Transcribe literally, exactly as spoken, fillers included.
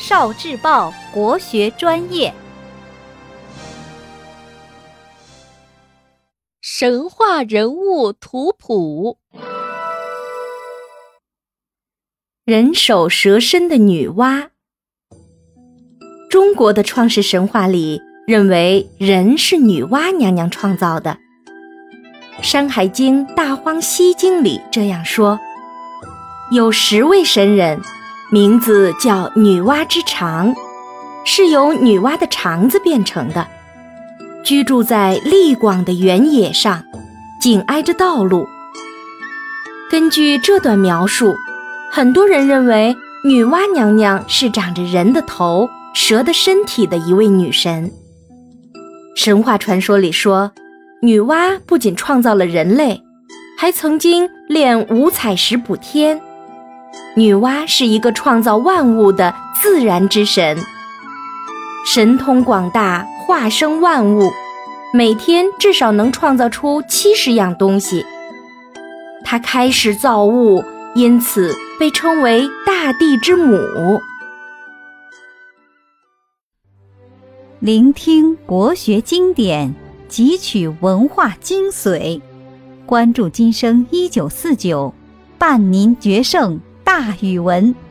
少智报国学专业。 神话人物图谱。 人首蛇身的女娲。中国的创世神话里认为人是女娲娘娘创造的。山海经大荒西经里这样说，有十位神人，名字叫女娲之肠，是由女娲的肠子变成的，居住在力广的原野上，紧挨着道路。根据这段描述，很多人认为女娲娘娘是长着人的头、蛇的身体的一位女神。神话传说里说，女娲不仅创造了人类，还曾经炼五彩石补天。女娲是一个创造万物的自然之神，神通广大，化生万物，每天至少能创造出七十样东西。她开始造物，因此被称为大地之母。 聆听国学经典，汲取文化精髓，关注今生一九四九，伴您决胜大语文。